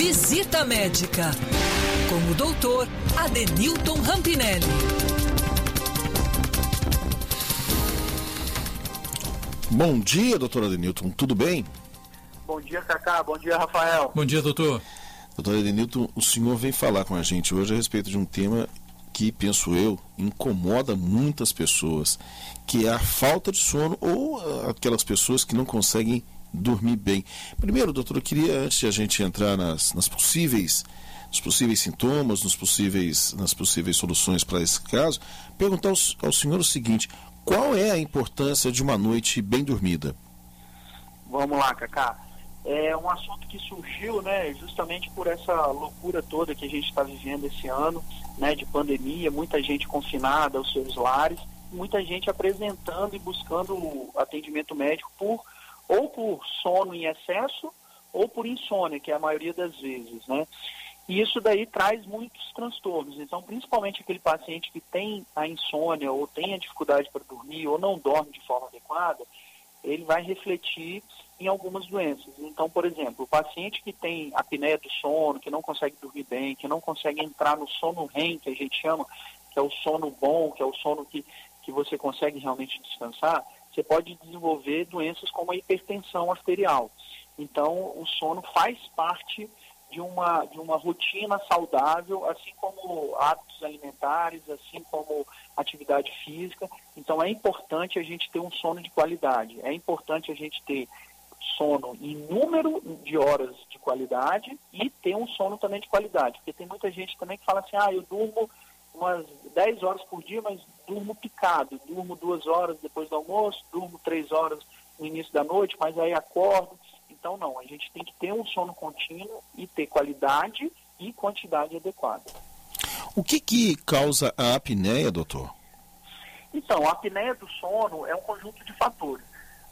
Visita Médica, com o doutor Adenilton Rampinelli. Bom dia, doutor Adenilton, tudo bem? Bom dia, Cacá. Bom dia, Rafael. Bom dia, doutor. Doutor Adenilton, o senhor vem falar com a gente hoje a respeito de um tema que, penso eu, incomoda muitas pessoas, que é a falta de sono ou aquelas pessoas que não conseguem dormir bem. Primeiro, doutor, eu queria, antes de a gente entrar nos possíveis sintomas, nas possíveis soluções para esse caso, perguntar ao senhor o seguinte: qual é a importância de uma noite bem dormida? Vamos lá, Cacá. É um assunto que surgiu, né, justamente por essa loucura toda que a gente está vivendo esse ano, né, de pandemia, muita gente confinada aos seus lares, muita gente apresentando e buscando atendimento médico ou por sono em excesso ou por insônia, que é a maioria das vezes, né? E isso daí traz muitos transtornos. Então, principalmente aquele paciente que tem a insônia ou tem a dificuldade para dormir ou não dorme de forma adequada, ele vai refletir em algumas doenças. Então, por exemplo, o paciente que tem apneia do sono, que não consegue dormir bem, que não consegue entrar no sono REM, que a gente chama, que é o sono bom, que é o sono que você consegue realmente descansar, você pode desenvolver doenças como a hipertensão arterial. Então, o sono faz parte de uma rotina saudável, assim como hábitos alimentares, assim como atividade física. Então, é importante a gente ter um sono de qualidade. É importante a gente ter sono em número de horas de qualidade e ter um sono também de qualidade. Porque tem muita gente também que fala assim, eu durmo umas 10 horas por dia, mas durmo picado. Durmo 2 horas depois do almoço, durmo 3 horas no início da noite, mas aí acordo. Então, não, a gente tem que ter um sono contínuo e ter qualidade e quantidade adequada. O que causa a apneia, doutor? Então, a apneia do sono é um conjunto de fatores.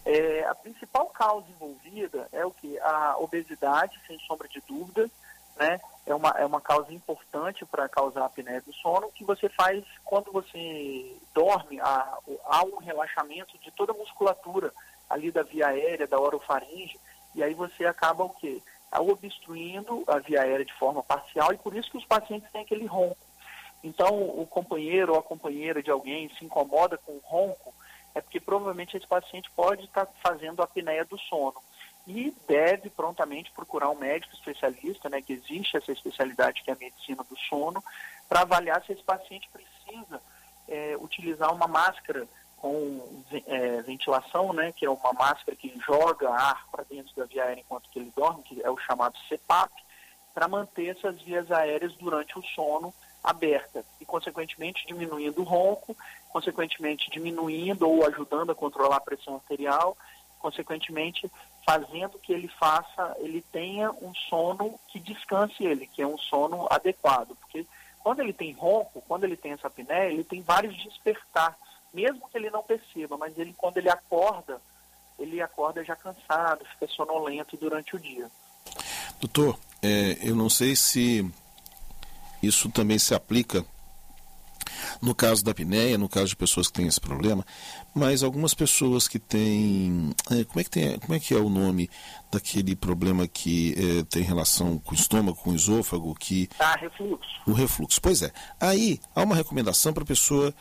A principal causa envolvida é o que? A obesidade, sem sombra de dúvida, né? É uma causa importante para causar a apneia do sono, que você faz quando você dorme, há um relaxamento de toda a musculatura ali da via aérea, da orofaringe, e aí você acaba o quê? Obstruindo a via aérea de forma parcial, e por isso que os pacientes têm aquele ronco. Então, o companheiro ou a companheira de alguém se incomoda com o ronco, é porque provavelmente esse paciente pode estar fazendo a apneia do sono. E deve prontamente procurar um médico especialista, né, que existe essa especialidade que é a medicina do sono, para avaliar se esse paciente precisa utilizar uma máscara com ventilação, né, que é uma máscara que joga ar para dentro da via aérea enquanto que ele dorme, que é o chamado CPAP, para manter essas vias aéreas durante o sono aberta e, consequentemente, diminuindo o ronco, consequentemente diminuindo ou ajudando a controlar a pressão arterial, consequentemente fazendo que ele tenha um sono que descanse ele, que é um sono adequado, porque quando ele tem ronco, quando ele tem essa apneia, ele tem vários despertar, mesmo que ele não perceba, mas quando ele acorda já cansado, fica sonolento durante o dia. Doutor, eu não sei se isso também se aplica no caso da apneia, no caso de pessoas que têm esse problema, mas algumas pessoas que têm... Como é que é o nome daquele problema que tem relação com o estômago, com o esôfago? Refluxo. O refluxo, pois é. Aí há uma recomendação para a pessoa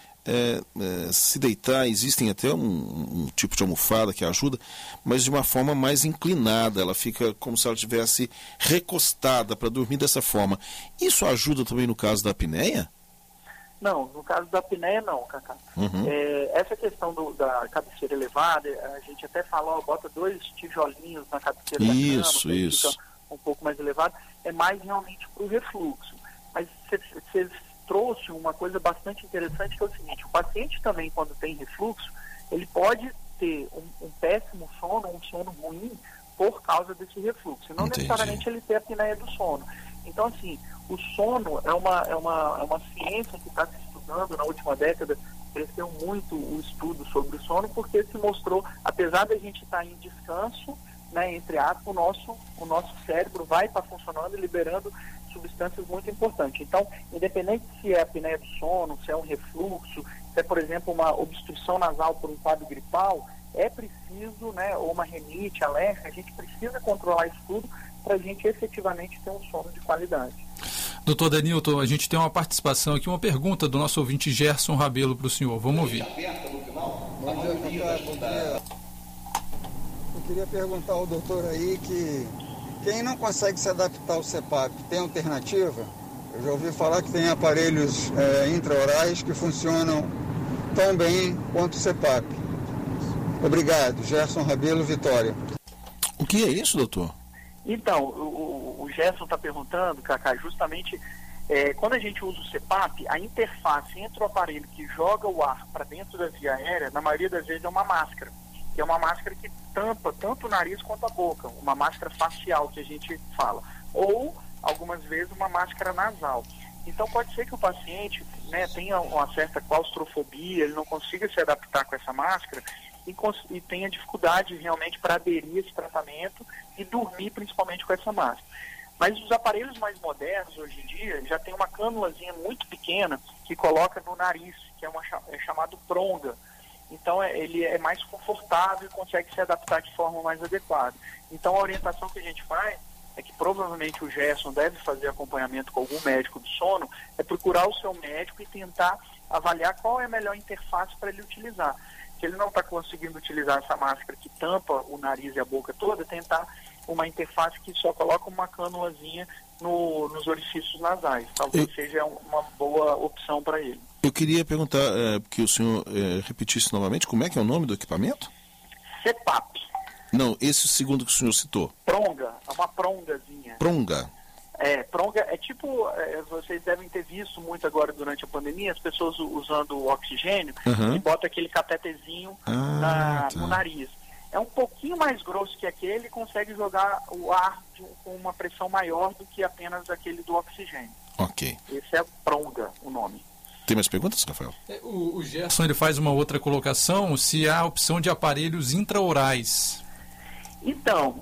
se deitar, existem até um tipo de almofada que ajuda, mas de uma forma mais inclinada, ela fica como se ela estivesse recostada para dormir dessa forma. Isso ajuda também no caso da apneia? Não, no caso da apneia não, Cacá. Uhum. Essa questão da cabeceira elevada, a gente até falou, bota 2 tijolinhos na cabeceira da cama, isso. Fica um pouco mais elevado, é mais realmente para o refluxo. Mas você trouxe uma coisa bastante interessante, que é o seguinte: o paciente também, quando tem refluxo, ele pode ter um péssimo sono, um sono ruim, por causa desse refluxo. Não necessariamente ele ter a apneia do sono. Então, assim, o sono é uma ciência que está se estudando na última década, cresceu muito o estudo sobre o sono, porque se mostrou, apesar da gente estar em descanso, né, entre aspas, o nosso cérebro vai estar funcionando e liberando substâncias muito importantes. Então, independente se é apneia do sono, se é um refluxo, se é, por exemplo, uma obstrução nasal por um quadro gripal, é preciso, né, ou uma rinite alérgica, a gente precisa controlar isso tudo, para a gente efetivamente ter um sono de qualidade. Doutor Adenilton, a gente tem uma participação aqui, uma pergunta do nosso ouvinte Gerson Rabelo para o senhor. Vamos ouvir. Bom dia. Eu queria perguntar ao doutor aí que quem não consegue se adaptar ao CPAP, tem alternativa? Eu já ouvi falar que tem aparelhos intraorais que funcionam tão bem quanto o CPAP. Obrigado. Gerson Rabelo, Vitória. O que é isso, doutor? Então, o Gerson está perguntando, Cacá, justamente quando a gente usa o CPAP, a interface entre o aparelho que joga o ar para dentro da via aérea, na maioria das vezes é uma máscara, que é uma máscara que tampa tanto o nariz quanto a boca, uma máscara facial que a gente fala, ou algumas vezes uma máscara nasal. Então pode ser que o paciente, né, tenha uma certa claustrofobia, ele não consiga se adaptar com essa máscara e tenha dificuldade realmente para aderir a esse tratamento e dormir principalmente com essa máscara. Mas os aparelhos mais modernos hoje em dia já tem uma cânulazinha muito pequena que coloca no nariz, que é chamado pronga. Então ele é mais confortável e consegue se adaptar de forma mais adequada. Então a orientação que a gente faz é que provavelmente o Gerson deve fazer acompanhamento com algum médico do sono, é procurar o seu médico e tentar avaliar qual é a melhor interface para ele utilizar. Se ele não está conseguindo utilizar essa máscara que tampa o nariz e a boca toda, tentar uma interface que só coloca uma cânulazinha nos orifícios nasais. Talvez seja uma boa opção para ele. Eu queria perguntar que o senhor repetisse novamente, como é que é o nome do equipamento? CPAP. Não, esse segundo que o senhor citou. Pronga, é uma prongazinha. Pronga. Pronga é tipo, vocês devem ter visto muito agora durante a pandemia, as pessoas usando o oxigênio e botam aquele catetezinho no nariz. É um pouquinho mais grosso que aquele e consegue jogar o ar com uma pressão maior do que apenas aquele do oxigênio. Ok. Esse é Pronga, o nome. Tem mais perguntas, Rafael? O Gerson ele faz uma outra colocação, se há a opção de aparelhos intraorais. Então,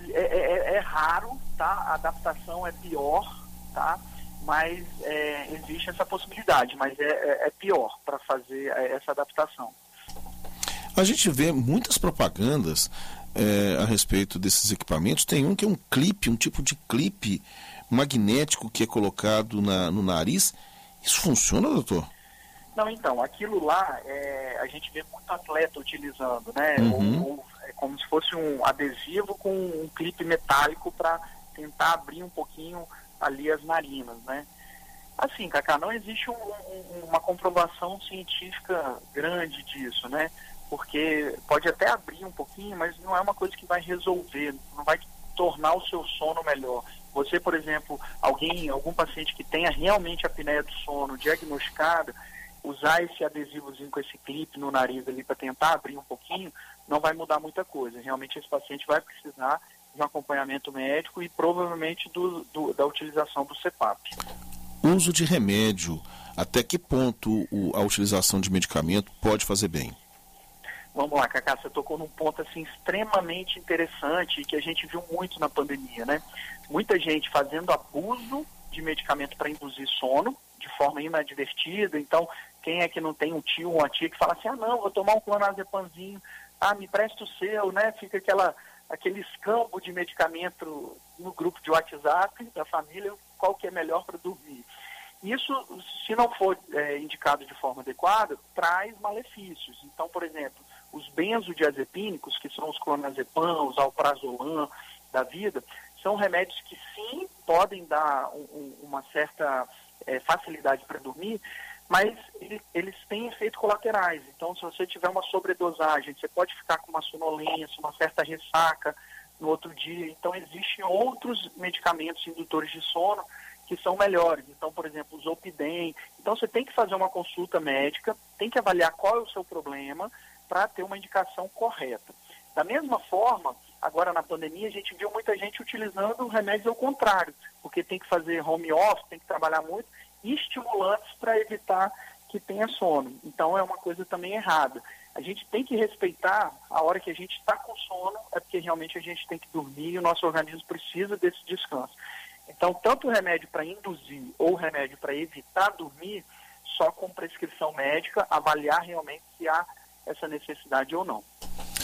é raro, tá? A adaptação é pior, tá? Mas existe essa possibilidade, mas é pior para fazer essa adaptação. A gente vê muitas propagandas a respeito desses equipamentos. Tem um que é um clipe, um tipo de clipe magnético que é colocado no nariz. Isso funciona, doutor? Não, então, aquilo lá, a gente vê muito atleta utilizando, né? Ou é como se fosse um adesivo com um clipe metálico para tentar abrir um pouquinho ali as narinas, né? Assim, Cacá, não existe uma comprovação científica grande disso, né? Porque pode até abrir um pouquinho, mas não é uma coisa que vai resolver, não vai tornar o seu sono melhor. Você, por exemplo, algum paciente que tenha realmente a apneia do sono diagnosticada, usar esse adesivozinho com esse clipe no nariz ali para tentar abrir um pouquinho, não vai mudar muita coisa. Realmente esse paciente vai precisar de um acompanhamento médico e provavelmente da utilização do CPAP. Uso de remédio. Até que ponto a utilização de medicamento pode fazer bem? Vamos lá, Cacá, você tocou num ponto assim extremamente interessante e que a gente viu muito na pandemia, né? Muita gente fazendo abuso de medicamento para induzir sono de forma inadvertida. Então, quem é que não tem um tio ou uma tia que fala assim, não, vou tomar um clonazepamzinho, me presta o seu, né? Fica aquele escambo de medicamento no grupo de WhatsApp da família, qual que é melhor para dormir. Isso, se não for indicado de forma adequada, traz malefícios. Então, por exemplo, os benzodiazepínicos, que são os clonazepam, os alprazolam da vida, são remédios que sim podem dar uma certa facilidade para dormir, mas eles têm efeitos colaterais. Então, se você tiver uma sobredosagem, você pode ficar com uma sonolência, uma certa ressaca no outro dia. Então, existem outros medicamentos indutores de sono que são melhores. Então, por exemplo, o Zolpidem. Então, você tem que fazer uma consulta médica, tem que avaliar qual é o seu problema para ter uma indicação correta. Da mesma forma, agora na pandemia, a gente viu muita gente utilizando remédios ao contrário, porque tem que fazer home office, tem que trabalhar muito, e estimulantes para evitar que tenha sono. Então, é uma coisa também errada. A gente tem que respeitar a hora que a gente está com sono, é porque realmente a gente tem que dormir e o nosso organismo precisa desse descanso. Então, tanto o remédio para induzir ou o remédio para evitar dormir, só com prescrição médica, avaliar realmente se há essa necessidade ou não.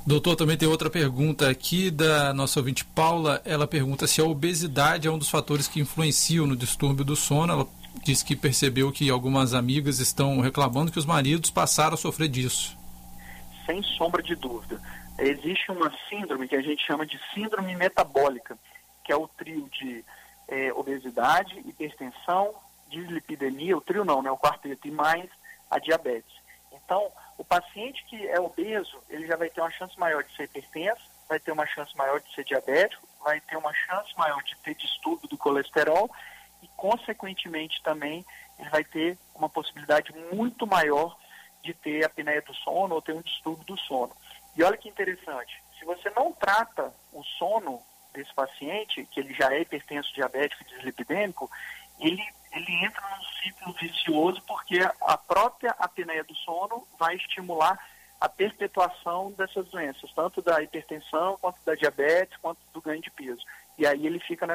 Doutor, também tem outra pergunta aqui da nossa ouvinte Paula. Ela pergunta se a obesidade é um dos fatores que influenciam no distúrbio do sono. Ela diz que percebeu que algumas amigas estão reclamando que os maridos passaram a sofrer disso. Sem sombra de dúvida. Existe uma síndrome que a gente chama de síndrome metabólica, que é o trio de obesidade, hipertensão, dislipidemia, o trio não, né, o quarteto, e mais a diabetes. Então, o paciente que é obeso, ele já vai ter uma chance maior de ser hipertenso, vai ter uma chance maior de ser diabético, vai ter uma chance maior de ter distúrbio do colesterol e, consequentemente, também ele vai ter uma possibilidade muito maior de ter apneia do sono ou ter um distúrbio do sono. E olha que interessante, se você não trata o sono desse paciente, que ele já é hipertenso, diabético e dislipidêmico, ele entra num ciclo vicioso, porque a própria apneia do sono vai estimular a perpetuação dessas doenças, tanto da hipertensão, quanto da diabetes, quanto do ganho de peso. E aí ele fica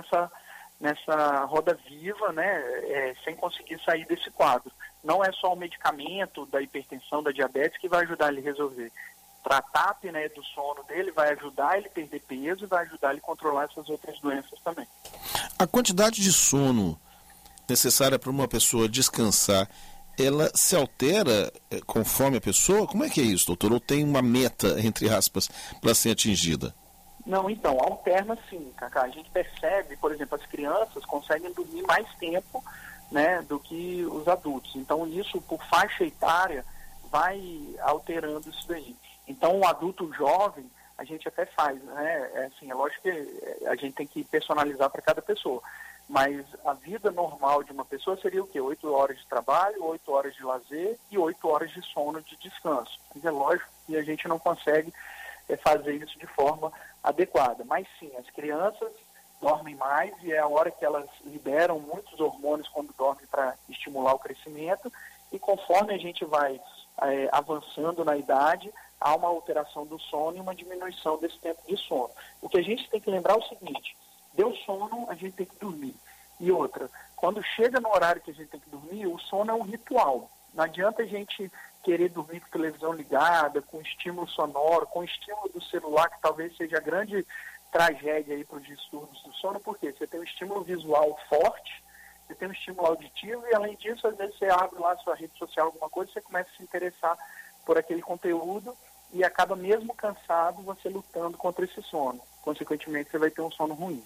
nessa roda viva, né, sem conseguir sair desse quadro. Não é só o medicamento da hipertensão, da diabetes que vai ajudar ele a resolver. Tratar a apneia do sono dele vai ajudar ele a perder peso e vai ajudar ele a controlar essas outras doenças também. A quantidade de sono necessária para uma pessoa descansar, ela se altera conforme a pessoa? Como é que é isso, doutor? Ou tem uma meta, entre aspas, para ser atingida? Não, então, alterna sim, Cacá. A gente percebe, por exemplo, as crianças conseguem dormir mais tempo, né, do que os adultos. Então, isso, por faixa etária, vai alterando isso daí. Então, o adulto jovem, a gente até faz, né? É lógico que a gente tem que personalizar para cada pessoa. Mas a vida normal de uma pessoa seria o quê? 8 horas de trabalho, 8 horas de lazer e 8 horas de sono, de descanso. Mas é lógico que a gente não consegue fazer isso de forma adequada. Mas sim, as crianças dormem mais e é a hora que elas liberam muitos hormônios quando dormem para estimular o crescimento. E conforme a gente vai avançando na idade, há uma alteração do sono e uma diminuição desse tempo de sono. O que a gente tem que lembrar é o seguinte: deu sono, a gente tem que dormir. E outra, quando chega no horário que a gente tem que dormir, o sono é um ritual. Não adianta a gente querer dormir com televisão ligada, com estímulo sonoro, com estímulo do celular, que talvez seja a grande tragédia aí para os distúrbios do sono, porque você tem um estímulo visual forte, você tem um estímulo auditivo e, além disso, às vezes você abre lá a sua rede social, alguma coisa, você começa a se interessar por aquele conteúdo e acaba, mesmo cansado, você lutando contra esse sono. Consequentemente, você vai ter um sono ruim.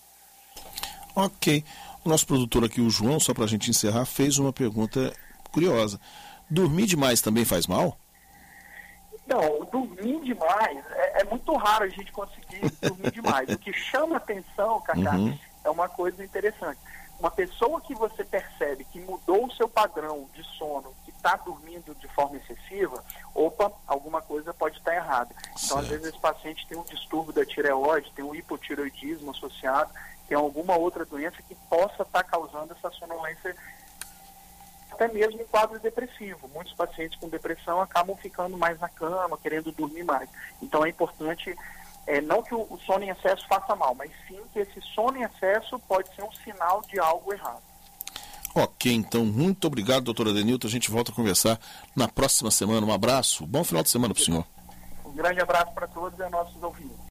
Ok. O nosso produtor aqui, o João, só para a gente encerrar, fez uma pergunta curiosa. Dormir demais também faz mal? Não, dormir demais, é muito raro a gente conseguir dormir demais. O que chama atenção, Cacá, é uma coisa interessante. Uma pessoa que você percebe que mudou o seu padrão de sono, que está dormindo de forma excessiva, alguma coisa pode estar errada. Então, às vezes, esse paciente tem um distúrbio da tireoide, tem um hipotireoidismo associado, tem alguma outra doença que possa estar causando essa sonolência, até mesmo em quadro depressivo. Muitos pacientes com depressão acabam ficando mais na cama, querendo dormir mais. Então, é importante... não que o sono em excesso faça mal, mas sim que esse sono em excesso pode ser um sinal de algo errado. Ok, então, muito obrigado, doutor Adenilton. A gente volta a conversar na próxima semana. Um abraço, bom final de semana para o senhor. Um grande abraço para todos e nossos ouvintes.